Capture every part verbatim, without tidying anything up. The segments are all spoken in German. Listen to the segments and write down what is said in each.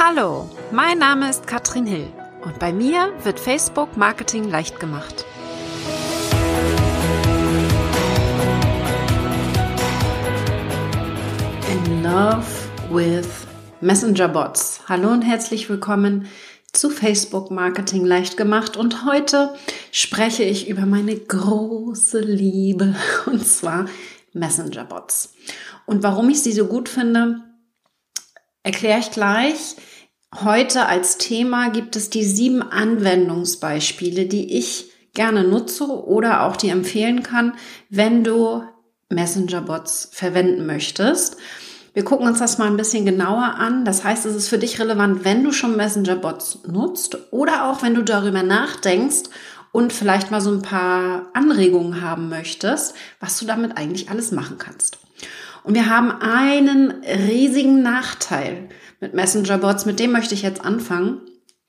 Hallo, mein Name ist Katrin Hill und bei mir wird Facebook Marketing leicht gemacht. In love with Messenger Bots. Hallo und herzlich willkommen zu Facebook Marketing leicht gemacht und heute spreche ich über meine große Liebe und zwar Messenger Bots. Und warum ich sie so gut finde, erkläre ich gleich. Heute als Thema gibt es die sieben Anwendungsbeispiele, die ich gerne nutze oder auch die empfehlen kann, wenn du Messenger-Bots verwenden möchtest. Wir gucken uns das mal ein bisschen genauer an. Das heißt, es ist für dich relevant, wenn du schon Messenger-Bots nutzt oder auch wenn du darüber nachdenkst und vielleicht mal so ein paar Anregungen haben möchtest, was du damit eigentlich alles machen kannst. Und wir haben einen riesigen Nachteil mit Messenger-Bots, mit dem möchte ich jetzt anfangen,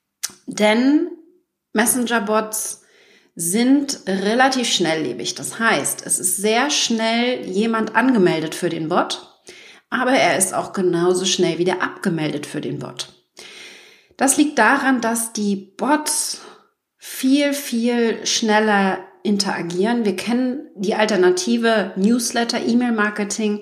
denn Messenger-Bots sind relativ schnelllebig. Das heißt, es ist sehr schnell jemand angemeldet für den Bot, aber er ist auch genauso schnell wieder abgemeldet für den Bot. Das liegt daran, dass die Bots viel, viel schneller interagieren. Wir kennen die Alternative Newsletter, E-Mail-Marketing.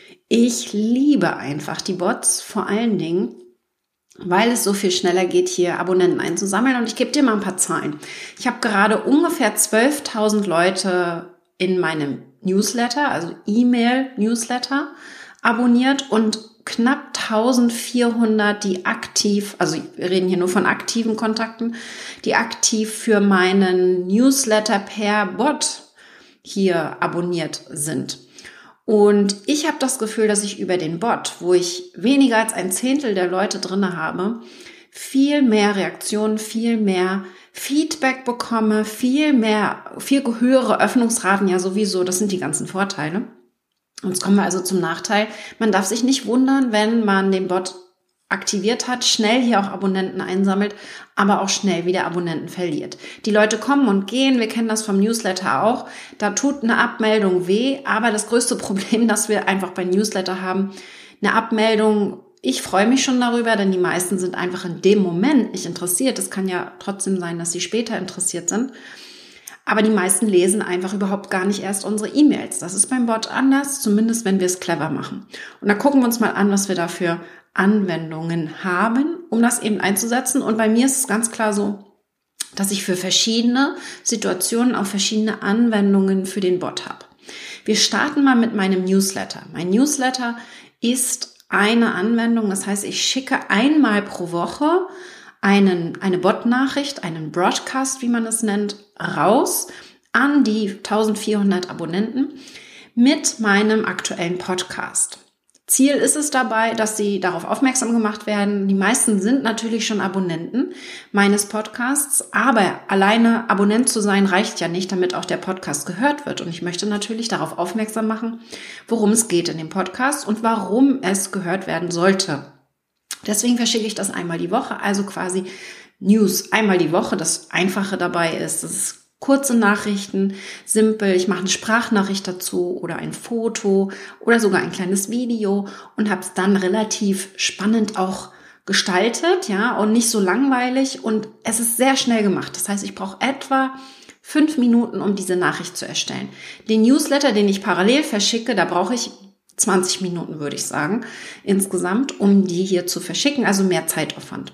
Ich liebe einfach die Bots, vor allen Dingen, weil es so viel schneller geht, hier Abonnenten einzusammeln. Und ich gebe dir mal ein paar Zahlen. Ich habe gerade ungefähr zwölftausend Leute in meinem Newsletter, also E-Mail-Newsletter, abonniert und knapp eintausendvierhundert, die aktiv, also wir reden hier nur von aktiven Kontakten, die aktiv für meinen Newsletter per Bot hier abonniert sind. Und ich habe das Gefühl, dass ich über den Bot, wo ich weniger als ein Zehntel der Leute drinne habe, viel mehr Reaktionen, viel mehr Feedback bekomme, viel mehr, viel höhere Öffnungsraten, ja sowieso, das sind die ganzen Vorteile. Und jetzt kommen wir also zum Nachteil. Man darf sich nicht wundern, wenn man den Bot aktiviert hat, schnell hier auch Abonnenten einsammelt, aber auch schnell wieder Abonnenten verliert. Die Leute kommen und gehen, wir kennen das vom Newsletter auch, da tut eine Abmeldung weh, aber das größte Problem, das wir einfach bei Newsletter haben, eine Abmeldung, ich freue mich schon darüber, denn die meisten sind einfach in dem Moment nicht interessiert. Es kann ja trotzdem sein, dass sie später interessiert sind. Aber die meisten lesen einfach überhaupt gar nicht erst unsere E-Mails. Das ist beim Bot anders, zumindest wenn wir es clever machen. Und da gucken wir uns mal an, was wir da für Anwendungen haben, um das eben einzusetzen. Und bei mir ist es ganz klar so, dass ich für verschiedene Situationen auch verschiedene Anwendungen für den Bot habe. Wir starten mal mit meinem Newsletter. Mein Newsletter ist eine Anwendung, das heißt, ich schicke einmal pro Woche einen, eine Bot-Nachricht, einen Broadcast, wie man es nennt, raus an die eintausendvierhundert Abonnenten mit meinem aktuellen Podcast. Ziel ist es dabei, dass sie darauf aufmerksam gemacht werden. Die meisten sind natürlich schon Abonnenten meines Podcasts, aber alleine Abonnent zu sein reicht ja nicht, damit auch der Podcast gehört wird. Und ich möchte natürlich darauf aufmerksam machen, worum es geht in dem Podcast und warum es gehört werden sollte. Deswegen verschicke ich das einmal die Woche, also quasi News einmal die Woche. Das Einfache dabei ist, das ist kurze Nachrichten, simpel. Ich mache eine Sprachnachricht dazu oder ein Foto oder sogar ein kleines Video und habe es dann relativ spannend auch gestaltet, ja, und nicht so langweilig. Und es ist sehr schnell gemacht. Das heißt, ich brauche etwa fünf Minuten, um diese Nachricht zu erstellen. Den Newsletter, den ich parallel verschicke, da brauche ich zwanzig Minuten, würde ich sagen, insgesamt, um die hier zu verschicken, also mehr Zeitaufwand.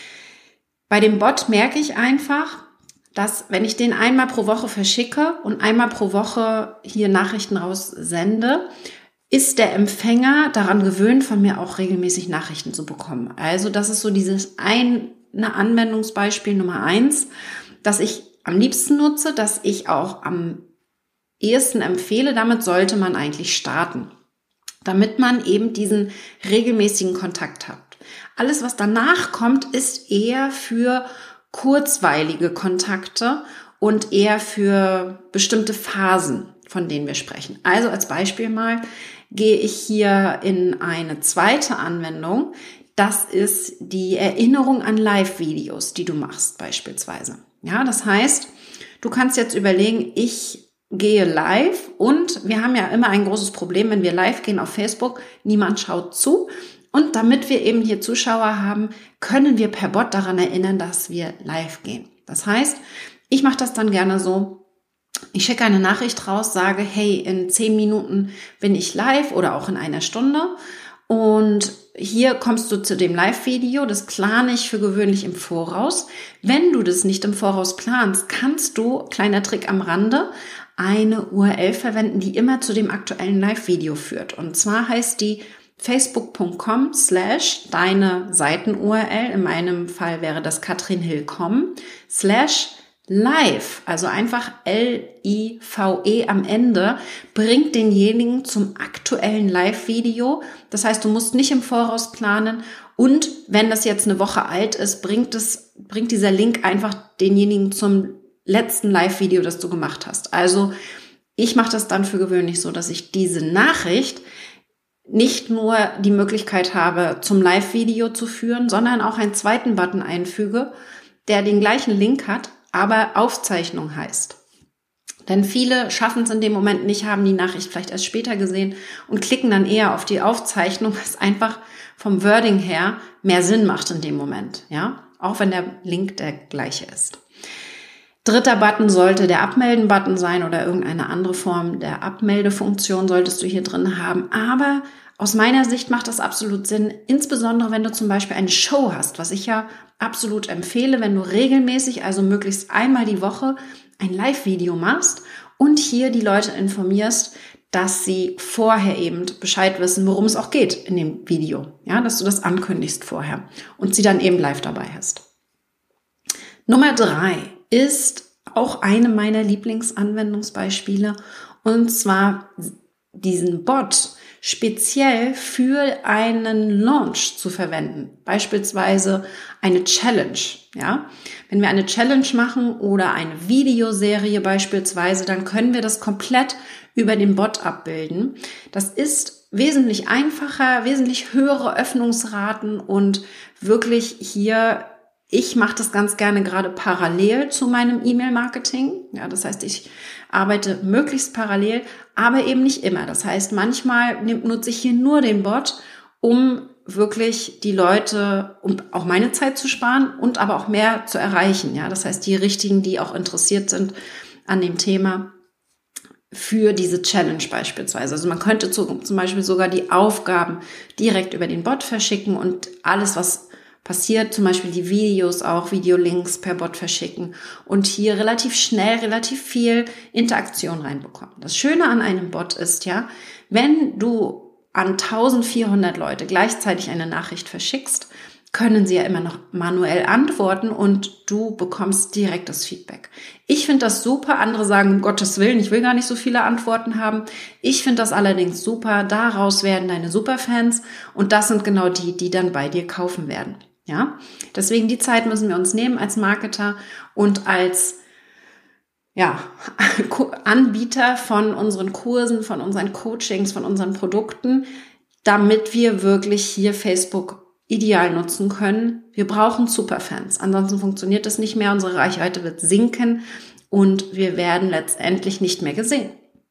Bei dem Bot merke ich einfach, dass wenn ich den einmal pro Woche verschicke und einmal pro Woche hier Nachrichten raussende, ist der Empfänger daran gewöhnt, von mir auch regelmäßig Nachrichten zu bekommen. Also das ist so dieses eine Anwendungsbeispiel Nummer eins, das ich am liebsten nutze, das ich auch am ehesten empfehle. Damit sollte man eigentlich starten, damit man eben diesen regelmäßigen Kontakt hat. Alles, was danach kommt, ist eher für kurzweilige Kontakte und eher für bestimmte Phasen, von denen wir sprechen. Also als Beispiel mal gehe ich hier in eine zweite Anwendung. Das ist die Erinnerung an Live-Videos, die du machst beispielsweise. Ja, das heißt, du kannst jetzt überlegen, ich gehe live und wir haben ja immer ein großes Problem, wenn wir live gehen auf Facebook, niemand schaut zu. Und damit wir eben hier Zuschauer haben, können wir per Bot daran erinnern, dass wir live gehen. Das heißt, ich mache das dann gerne so, ich schicke eine Nachricht raus, sage, hey, in zehn Minuten bin ich live oder auch in einer Stunde und hier kommst du zu dem Live-Video, das plane ich für gewöhnlich im Voraus. Wenn du das nicht im Voraus planst, kannst du, kleiner Trick am Rande, eine U R L verwenden, die immer zu dem aktuellen Live-Video führt. Und zwar heißt die facebook.com slash deine Seiten-U R L, in meinem Fall wäre das katrinhill.com, slash live, also einfach L I V E am Ende, bringt denjenigen zum aktuellen Live-Video. Das heißt, du musst nicht im Voraus planen und wenn das jetzt eine Woche alt ist, bringt es, bringt dieser Link einfach denjenigen zum letzten Live-Video, das du gemacht hast. Also ich mache das dann für gewöhnlich so, dass ich diese Nachricht nicht nur die Möglichkeit habe, zum Live-Video zu führen, sondern auch einen zweiten Button einfüge, der den gleichen Link hat, aber Aufzeichnung heißt. Denn viele schaffen es in dem Moment nicht, haben die Nachricht vielleicht erst später gesehen und klicken dann eher auf die Aufzeichnung, was einfach vom Wording her mehr Sinn macht in dem Moment, ja, auch wenn der Link der gleiche ist. Dritter Button sollte der Abmelden-Button sein oder irgendeine andere Form der Abmeldefunktion solltest du hier drin haben. Aber aus meiner Sicht macht das absolut Sinn, insbesondere wenn du zum Beispiel eine Show hast, was ich ja absolut empfehle, wenn du regelmäßig, also möglichst einmal die Woche, ein Live-Video machst und hier die Leute informierst, dass sie vorher eben Bescheid wissen, worum es auch geht in dem Video. Ja, dass du das ankündigst vorher und sie dann eben live dabei hast. Nummer drei ist auch eine meiner Lieblingsanwendungsbeispiele und zwar diesen Bot speziell für einen Launch zu verwenden. Beispielsweise eine Challenge. Ja, wenn wir eine Challenge machen oder eine Videoserie beispielsweise, dann können wir das komplett über den Bot abbilden. Das ist wesentlich einfacher, wesentlich höhere Öffnungsraten und wirklich hier, ich mache das ganz gerne gerade parallel zu meinem E-Mail-Marketing. Ja, das heißt, ich arbeite möglichst parallel, aber eben nicht immer. Das heißt, manchmal nutze ich hier nur den Bot, um wirklich die Leute, um auch meine Zeit zu sparen und aber auch mehr zu erreichen. Ja, das heißt, die richtigen, die auch interessiert sind an dem Thema für diese Challenge beispielsweise. Also man könnte zum Beispiel sogar die Aufgaben direkt über den Bot verschicken und alles, was passiert, zum Beispiel die Videos auch, Videolinks per Bot verschicken und hier relativ schnell, relativ viel Interaktion reinbekommen. Das Schöne an einem Bot ist ja, wenn du an eintausendvierhundert Leute gleichzeitig eine Nachricht verschickst, können sie ja immer noch manuell antworten und du bekommst direktes Feedback. Ich finde das super. Andere sagen, um Gottes Willen, ich will gar nicht so viele Antworten haben. Ich finde das allerdings super. Daraus werden deine Superfans und das sind genau die, die dann bei dir kaufen werden. Ja, deswegen die Zeit müssen wir uns nehmen als Marketer und als ja, Anbieter von unseren Kursen, von unseren Coachings, von unseren Produkten, damit wir wirklich hier Facebook ideal nutzen können. Wir brauchen Superfans, ansonsten funktioniert das nicht mehr. Unsere Reichweite wird sinken und wir werden letztendlich nicht mehr gesehen.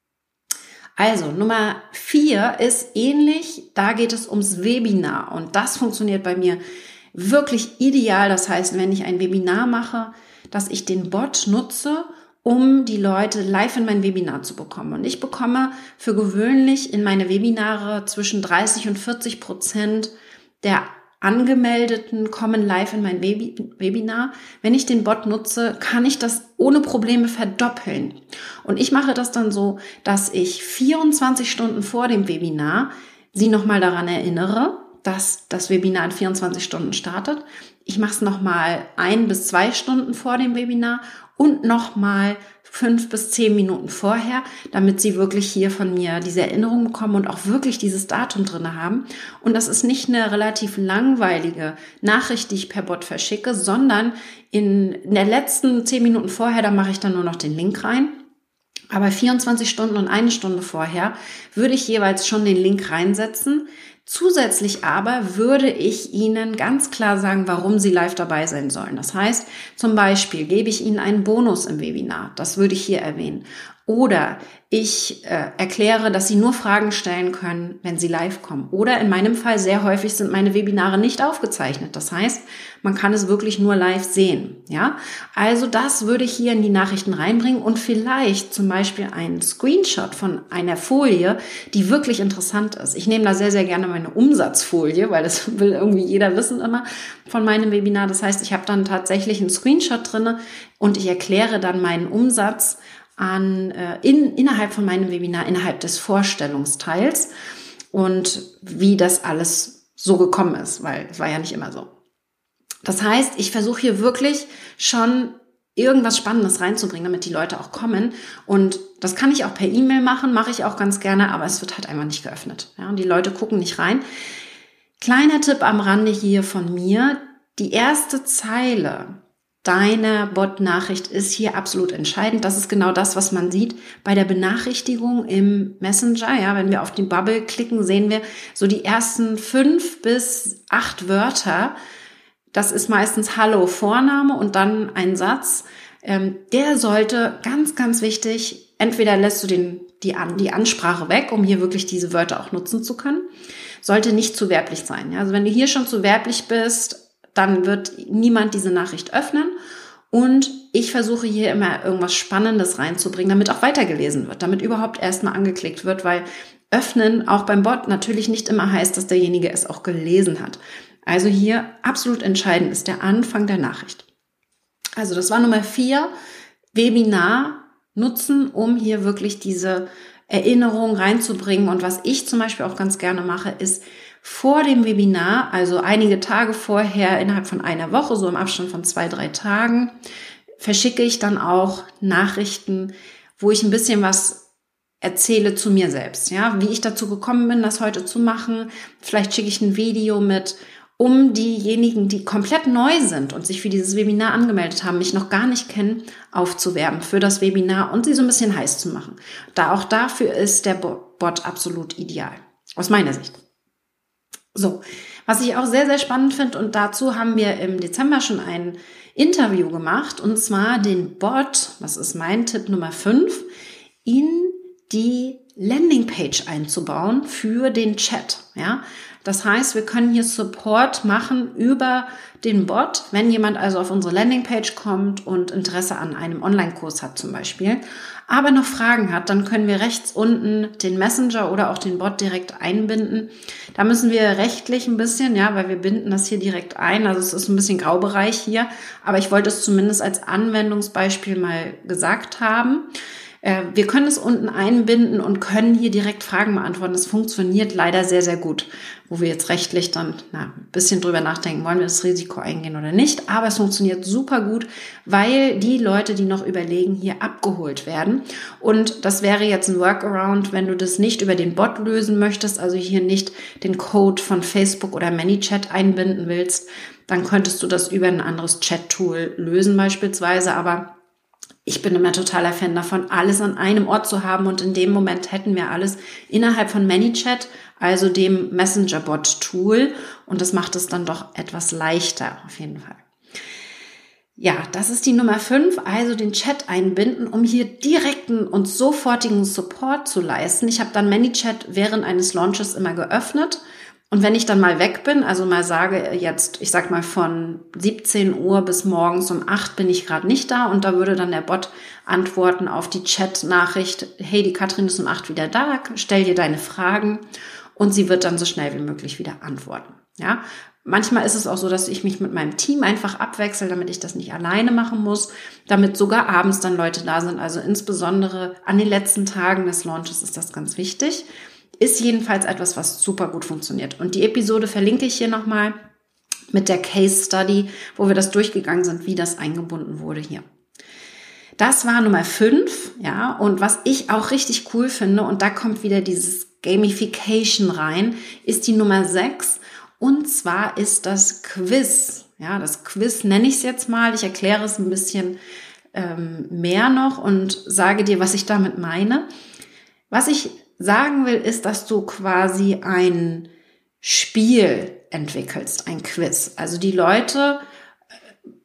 Also Nummer vier ist ähnlich, da geht es ums Webinar und das funktioniert bei mir wirklich ideal. Das heißt, wenn ich ein Webinar mache, dass ich den Bot nutze, um die Leute live in mein Webinar zu bekommen. Und ich bekomme für gewöhnlich in meine Webinare zwischen dreißig und vierzig Prozent der Angemeldeten kommen live in mein Webinar. Wenn ich den Bot nutze, kann ich das ohne Probleme verdoppeln. Und ich mache das dann so, dass ich vierundzwanzig Stunden vor dem Webinar sie nochmal daran erinnere, dass das Webinar in vierundzwanzig Stunden startet. Ich mache es nochmal ein bis zwei Stunden vor dem Webinar und nochmal fünf bis zehn Minuten vorher, damit sie wirklich hier von mir diese Erinnerung bekommen und auch wirklich dieses Datum drin haben. Und das ist nicht eine relativ langweilige Nachricht, die ich per Bot verschicke, sondern in, in der letzten zehn Minuten vorher, da mache ich dann nur noch den Link rein. Aber vierundzwanzig Stunden und eine Stunde vorher würde ich jeweils schon den Link reinsetzen. Zusätzlich aber würde ich Ihnen ganz klar sagen, warum Sie live dabei sein sollen. Das heißt, zum Beispiel gebe ich Ihnen einen Bonus im Webinar. Das würde ich hier erwähnen. Oder ich äh, erkläre, dass Sie nur Fragen stellen können, wenn Sie live kommen. Oder in meinem Fall sehr häufig sind meine Webinare nicht aufgezeichnet. Das heißt, man kann es wirklich nur live sehen. Ja, also das würde ich hier in die Nachrichten reinbringen und vielleicht zum Beispiel einen Screenshot von einer Folie, die wirklich interessant ist. Ich nehme da sehr, sehr gerne meine Umsatzfolie, weil das will irgendwie jeder wissen immer von meinem Webinar. Das heißt, ich habe dann tatsächlich einen Screenshot drinne und ich erkläre dann meinen Umsatz an äh, in, innerhalb von meinem Webinar, innerhalb des Vorstellungsteils und wie das alles so gekommen ist, weil es war ja nicht immer so. Das heißt, ich versuche hier wirklich schon irgendwas Spannendes reinzubringen, damit die Leute auch kommen. Und das kann ich auch per E-Mail machen, mache ich auch ganz gerne, aber es wird halt einfach nicht geöffnet. Ja, und die Leute gucken nicht rein. Kleiner Tipp am Rande hier von mir: Die erste Zeile deiner Bot-Nachricht ist hier absolut entscheidend. Das ist genau das, was man sieht bei der Benachrichtigung im Messenger. Ja, wenn wir auf die Bubble klicken, sehen wir so die ersten fünf bis acht Wörter. Das ist meistens Hallo, Vorname und dann ein Satz. Ähm, der sollte, ganz, ganz wichtig, entweder lässt du den, die, An, die Ansprache weg, um hier wirklich diese Wörter auch nutzen zu können. Sollte nicht zu werblich sein. Ja, also wenn du hier schon zu werblich bist, dann wird niemand diese Nachricht öffnen. Und ich versuche hier immer irgendwas Spannendes reinzubringen, damit auch weitergelesen wird, damit überhaupt erstmal angeklickt wird, weil öffnen auch beim Bot natürlich nicht immer heißt, dass derjenige es auch gelesen hat. Also hier absolut entscheidend ist der Anfang der Nachricht. Also das war Nummer vier, Webinar nutzen, um hier wirklich diese Erinnerung reinzubringen. Und was ich zum Beispiel auch ganz gerne mache, ist vor dem Webinar, also einige Tage vorher, innerhalb von einer Woche, so im Abstand von zwei, drei Tagen, verschicke ich dann auch Nachrichten, wo ich ein bisschen was erzähle zu mir selbst, ja, wie ich dazu gekommen bin, das heute zu machen. Vielleicht schicke ich ein Video mit, um diejenigen, die komplett neu sind und sich für dieses Webinar angemeldet haben, mich noch gar nicht kennen, aufzuwerben für das Webinar und sie so ein bisschen heiß zu machen. Da auch dafür ist der Bot absolut ideal, aus meiner Sicht. So, was ich auch sehr, sehr spannend finde, und dazu haben wir im Dezember schon ein Interview gemacht, und zwar den Bot, das ist mein Tipp Nummer fünf, in die Landingpage einzubauen für den Chat. Ja, das heißt, wir können hier Support machen über den Bot, wenn jemand also auf unsere Landingpage kommt und Interesse an einem Online-Kurs hat zum Beispiel, aber noch Fragen hat, dann können wir rechts unten den Messenger oder auch den Bot direkt einbinden. Da müssen wir rechtlich ein bisschen, ja, weil wir binden das hier direkt ein. Also es ist ein bisschen Graubereich hier, aber ich wollte es zumindest als Anwendungsbeispiel mal gesagt haben. Wir können es unten einbinden und können hier direkt Fragen beantworten. Das funktioniert leider sehr, sehr gut, wo wir jetzt rechtlich dann na, ein bisschen drüber nachdenken, wollen wir das Risiko eingehen oder nicht. Aber es funktioniert super gut, weil die Leute, die noch überlegen, hier abgeholt werden. Und das wäre jetzt ein Workaround, wenn du das nicht über den Bot lösen möchtest, also hier nicht den Code von Facebook oder ManyChat einbinden willst, dann könntest du das über ein anderes Chat-Tool lösen beispielsweise, aber ich bin immer totaler Fan davon, alles an einem Ort zu haben, und in dem Moment hätten wir alles innerhalb von ManyChat, also dem Messenger-Bot-Tool, und das macht es dann doch etwas leichter auf jeden Fall. Ja, das ist die Nummer fünf, also den Chat einbinden, um hier direkten und sofortigen Support zu leisten. Ich habe dann ManyChat während eines Launches immer geöffnet. Und wenn ich dann mal weg bin, also mal sage jetzt, ich sag mal von siebzehn Uhr bis morgens um acht bin ich gerade nicht da, und da würde dann der Bot antworten auf die Chat-Nachricht, hey, die Katrin ist um acht wieder da, stell dir deine Fragen, und sie wird dann so schnell wie möglich wieder antworten. Ja, manchmal ist es auch so, dass ich mich mit meinem Team einfach abwechsel, damit ich das nicht alleine machen muss, damit sogar abends dann Leute da sind. Also insbesondere an den letzten Tagen des Launches ist das ganz wichtig. Ist jedenfalls etwas, was super gut funktioniert. Und die Episode verlinke ich hier nochmal mit der Case Study, wo wir das durchgegangen sind, wie das eingebunden wurde hier. Das war Nummer fünf, ja. Und was ich auch richtig cool finde, und da kommt wieder dieses Gamification rein, ist die Nummer sechs. Und zwar ist das Quiz. Ja, das Quiz nenne ich es jetzt mal. Ich erkläre es ein bisschen ähm, mehr noch und sage dir, was ich damit meine. Was ich sagen will, ist, dass du quasi ein Spiel entwickelst, ein Quiz. Also die Leute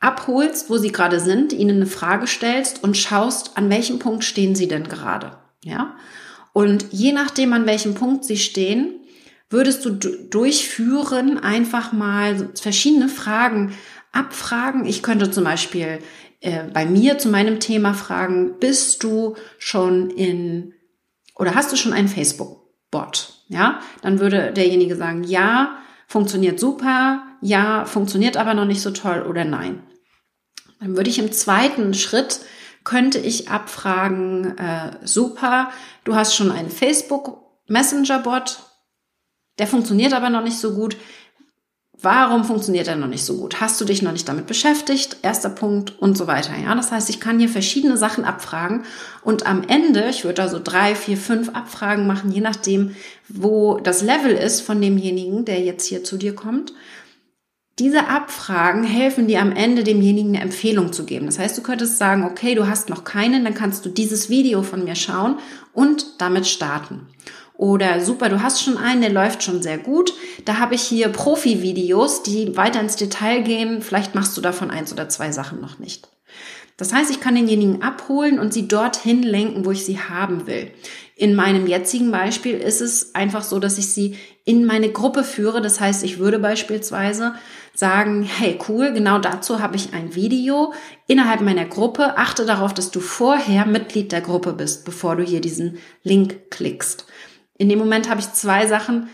abholst, wo sie gerade sind, ihnen eine Frage stellst und schaust, an welchem Punkt stehen sie denn gerade. Ja? Und je nachdem, an welchem Punkt sie stehen, würdest du d- durchführen, einfach mal verschiedene Fragen abfragen. Ich könnte zum Beispiel äh, bei mir zu meinem Thema fragen, bist du schon in oder hast du schon einen Facebook-Bot? Ja, dann würde derjenige sagen, ja, funktioniert super, ja, funktioniert aber noch nicht so toll oder nein. Dann würde ich im zweiten Schritt, könnte ich abfragen, äh, super, du hast schon einen Facebook-Messenger-Bot, der funktioniert aber noch nicht so gut. Warum funktioniert er noch nicht so gut? Hast du dich noch nicht damit beschäftigt? Erster Punkt und so weiter. Ja, das heißt, ich kann hier verschiedene Sachen abfragen und am Ende, ich würde da so drei, vier, fünf Abfragen machen, je nachdem, wo das Level ist von demjenigen, der jetzt hier zu dir kommt. Diese Abfragen helfen dir am Ende, demjenigen eine Empfehlung zu geben. Das heißt, du könntest sagen, okay, du hast noch keinen, dann kannst du dieses Video von mir schauen und damit starten. Oder super, du hast schon einen, der läuft schon sehr gut. Da habe ich hier Profi-Videos, die weiter ins Detail gehen. Vielleicht machst du davon eins oder zwei Sachen noch nicht. Das heißt, ich kann denjenigen abholen und sie dorthin lenken, wo ich sie haben will. In meinem jetzigen Beispiel ist es einfach so, dass ich sie in meine Gruppe führe. Das heißt, ich würde beispielsweise sagen, hey, cool, genau dazu habe ich ein Video innerhalb meiner Gruppe. Achte darauf, dass du vorher Mitglied der Gruppe bist, bevor du hier diesen Link klickst. In dem Moment habe ich zwei Sachen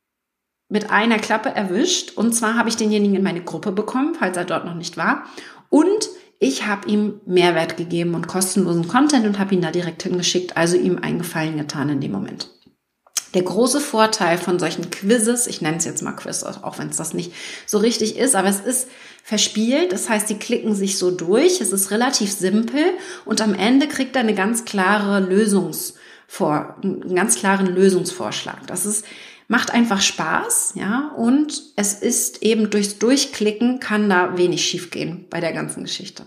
mit einer Klappe erwischt. Und zwar habe ich denjenigen in meine Gruppe bekommen, falls er dort noch nicht war. Und ich habe ihm Mehrwert gegeben und kostenlosen Content und habe ihn da direkt hingeschickt, also ihm einen Gefallen getan in dem Moment. Der große Vorteil von solchen Quizzes, ich nenne es jetzt mal Quiz, auch wenn es das nicht so richtig ist, aber es ist verspielt, das heißt, die klicken sich so durch, es ist relativ simpel und am Ende kriegt er eine ganz klare Lösungsvor, einen ganz klaren Lösungsvorschlag. Das ist macht einfach Spaß, ja, und es ist eben durchs Durchklicken kann da wenig schiefgehen bei der ganzen Geschichte.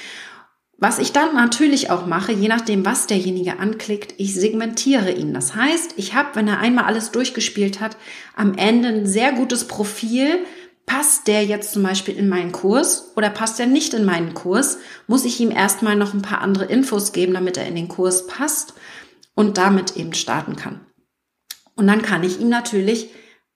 Was ich dann natürlich auch mache, je nachdem, was derjenige anklickt, ich segmentiere ihn. Das heißt, ich habe, wenn er einmal alles durchgespielt hat, am Ende ein sehr gutes Profil. Passt der jetzt zum Beispiel in meinen Kurs oder passt er nicht in meinen Kurs, muss ich ihm erstmal noch ein paar andere Infos geben, damit er in den Kurs passt und damit eben starten kann. Und dann kann ich ihm natürlich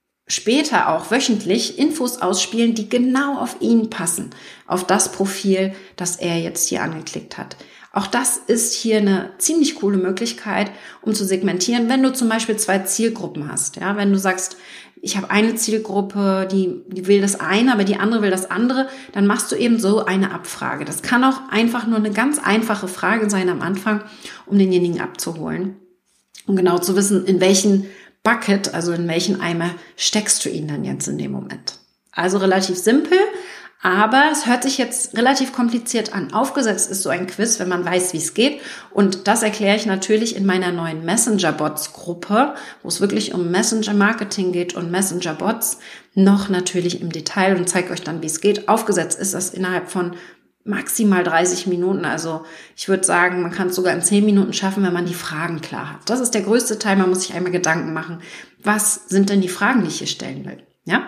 später auch wöchentlich Infos ausspielen, die genau auf ihn passen, auf das Profil, das er jetzt hier angeklickt hat. Auch das ist hier eine ziemlich coole Möglichkeit, um zu segmentieren, wenn du zum Beispiel zwei Zielgruppen hast. Ja, wenn du sagst, ich habe eine Zielgruppe, die, die will das eine, aber die andere will das andere, dann machst du eben so eine Abfrage. Das kann auch einfach nur eine ganz einfache Frage sein am Anfang, um denjenigen abzuholen, um genau zu wissen, in welchen Bucket, also in welchen Eimer steckst du ihn dann jetzt in dem Moment. Also relativ simpel, aber es hört sich jetzt relativ kompliziert an. Aufgesetzt ist so ein Quiz, wenn man weiß, wie es geht. Und das erkläre ich natürlich in meiner neuen Messenger-Bots-Gruppe, wo es wirklich um Messenger-Marketing geht und Messenger-Bots, noch natürlich im Detail und zeige euch dann, wie es geht. Aufgesetzt ist das innerhalb von maximal dreißig Minuten. Also ich würde sagen, man kann es sogar in zehn Minuten schaffen, wenn man die Fragen klar hat. Das ist der größte Teil. Man muss sich einmal Gedanken machen. Was sind denn die Fragen, die ich hier stellen will? Ja?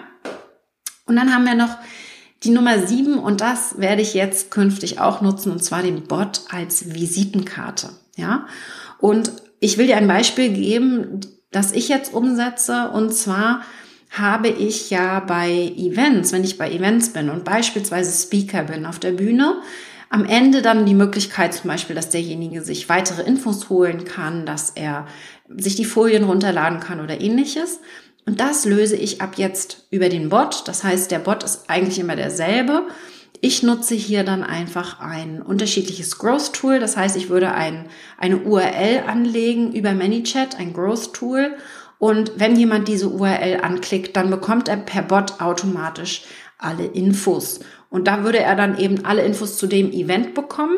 Und dann haben wir noch die Nummer sieben und das werde ich jetzt künftig auch nutzen und zwar den Bot als Visitenkarte. Ja? Und ich will dir ein Beispiel geben, das ich jetzt umsetze und zwar habe ich ja bei Events, wenn ich bei Events bin und beispielsweise Speaker bin auf der Bühne, am Ende dann die Möglichkeit zum Beispiel, dass derjenige sich weitere Infos holen kann, dass er sich die Folien runterladen kann oder ähnliches. Und das löse ich ab jetzt über den Bot. Das heißt, der Bot ist eigentlich immer derselbe. Ich nutze hier dann einfach ein unterschiedliches Growth-Tool. Das heißt, ich würde ein, eine U R L anlegen über ManyChat, ein Growth-Tool. Und wenn jemand diese U R L anklickt, dann bekommt er per Bot automatisch alle Infos. Und da würde er dann eben alle Infos zu dem Event bekommen.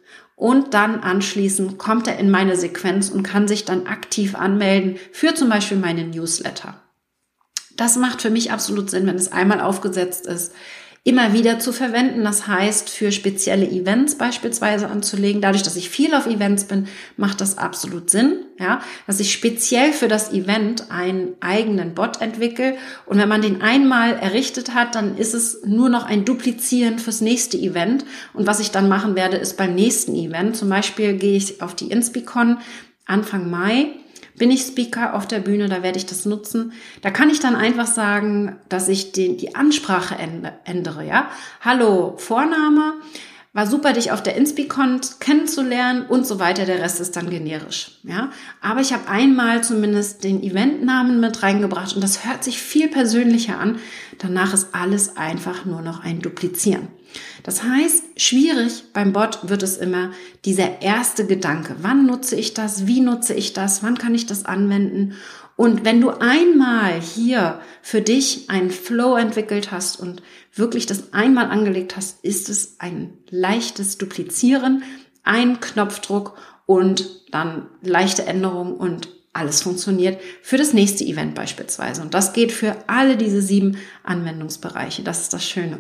Und dann anschließend kommt er in meine Sequenz und kann sich dann aktiv anmelden für zum Beispiel meine Newsletter. Das macht für mich absolut Sinn, wenn es einmal aufgesetzt ist. immer wieder zu verwenden. Das heißt, für spezielle Events beispielsweise anzulegen. Dadurch, dass ich viel auf Events bin, macht das absolut Sinn, ja, dass ich speziell für das Event einen eigenen Bot entwickle. Und wenn man den einmal errichtet hat, dann ist es nur noch ein Duplizieren fürs nächste Event. Und was ich dann machen werde, ist beim nächsten Event, zum Beispiel gehe ich auf die Inspicon Anfang Mai, bin ich Speaker auf der Bühne, da werde ich das nutzen. Da kann ich dann einfach sagen, dass ich den, die Ansprache ändere, ja. Hallo, Vorname, war super, dich auf der Inspicon kennenzulernen und so weiter. Der Rest ist dann generisch, ja. Aber ich habe einmal zumindest den Eventnamen mit reingebracht und das hört sich viel persönlicher an. Danach ist alles einfach nur noch ein Duplizieren. Das heißt, schwierig beim Bot wird es immer dieser erste Gedanke. Wann nutze ich das? Wie nutze ich das? Wann kann ich das anwenden? Und wenn du einmal hier für dich einen Flow entwickelt hast und wirklich das einmal angelegt hast, ist es ein leichtes Duplizieren, ein Knopfdruck und dann leichte Änderungen und alles funktioniert für das nächste Event beispielsweise. Und das geht für alle diese sieben Anwendungsbereiche. Das ist das Schöne.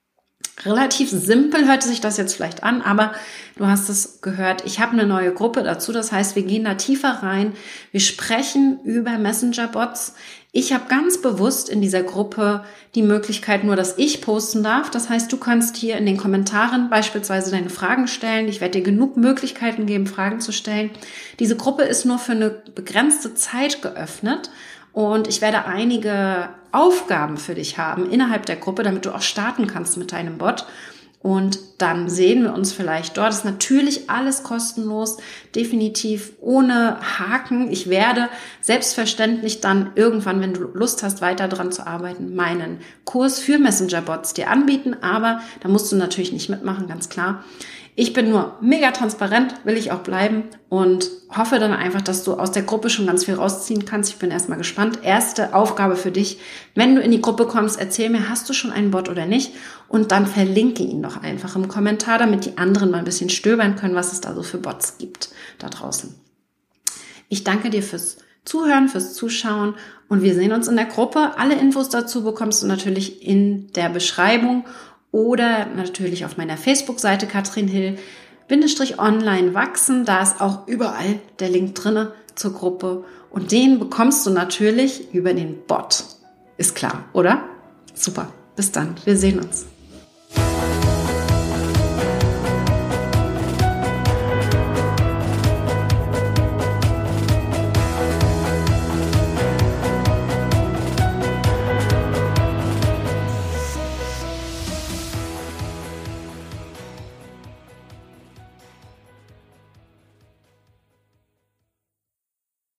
Relativ simpel hört sich das jetzt vielleicht an, aber du hast es gehört, ich habe eine neue Gruppe dazu. Das heißt, wir gehen da tiefer rein. Wir sprechen über Messenger-Bots. Ich habe ganz bewusst in dieser Gruppe die Möglichkeit nur, dass ich posten darf. Das heißt, du kannst hier in den Kommentaren beispielsweise deine Fragen stellen. Ich werde dir genug Möglichkeiten geben, Fragen zu stellen. Diese Gruppe ist nur für eine begrenzte Zeit geöffnet. Und ich werde einige Aufgaben für dich haben innerhalb der Gruppe, damit du auch starten kannst mit deinem Bot. Und dann sehen wir uns vielleicht dort. Das ist natürlich alles kostenlos, definitiv ohne Haken. Ich werde selbstverständlich dann irgendwann, wenn du Lust hast, weiter dran zu arbeiten, meinen Kurs für Messenger-Bots dir anbieten. Aber da musst du natürlich nicht mitmachen, ganz klar. Ich bin nur mega transparent, will ich auch bleiben und hoffe dann einfach, dass du aus der Gruppe schon ganz viel rausziehen kannst. Ich bin erstmal gespannt. Erste Aufgabe für dich, wenn du in die Gruppe kommst, erzähl mir, hast du schon einen Bot oder nicht? Und dann verlinke ihn doch einfach im Kommentar, damit die anderen mal ein bisschen stöbern können, was es da so für Bots gibt da draußen. Ich danke dir fürs Zuhören, fürs Zuschauen und wir sehen uns in der Gruppe. Alle Infos dazu bekommst du natürlich in der Beschreibung oder natürlich auf meiner Facebook-Seite Katrin Hill, Bindestrich online wachsen. Da ist auch überall der Link drinne zur Gruppe. Und den bekommst du natürlich über den Bot. Ist klar, oder? Super. Bis dann. Wir sehen uns.